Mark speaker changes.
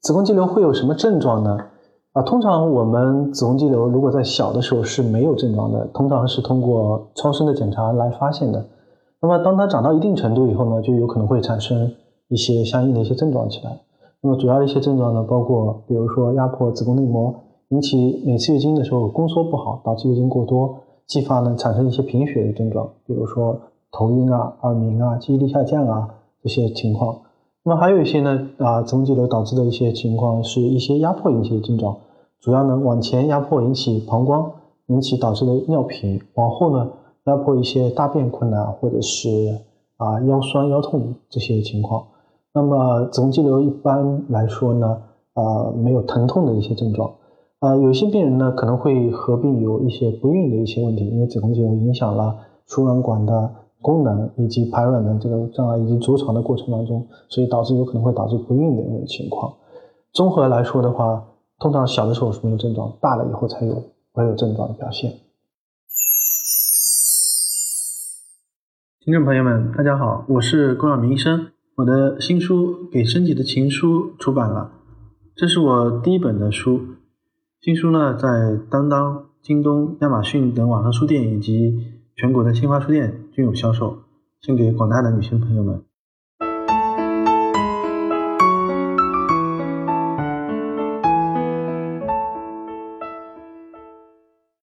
Speaker 1: 子宫肌瘤会有什么症状呢？通常我们子宫肌瘤如果在小的时候是没有症状的，通常是通过超声的检查来发现的。那么当它长到一定程度以后呢，就有可能会产生一些相应的一些症状起来。那么主要的一些症状呢，包括比如说压迫子宫内膜，引起每次月经的时候宫缩不好，导致月经过多，继发呢产生一些贫血的症状，比如说头晕啊、耳鸣啊、记忆力下降啊这些情况。那么还有一些呢子宫肌瘤导致的一些情况是一些压迫引起的症状，主要呢往前压迫引起膀胱，导致的尿频，往后呢压迫一些大便困难或者是腰酸腰痛这些情况。那么子宫肌瘤一般来说呢没有疼痛的一些症状。有些病人呢可能会合并有一些不孕的一些问题，因为子宫肌瘤影响了输卵管的功能以及排卵的这个障碍以及着床的过程当中，所以有可能会导致不孕的一种情况。综合来说的话，通常小的时候是没有症状，大了以后会有症状的表现。听众朋友们大家好，我是龚晓明医生，我的新书《给身体的情书》出版了，这是我第一本的书。新书呢在当当、京东、亚马逊等网上书店以及全国的新华书店均有销售，献给广大的女性朋友们。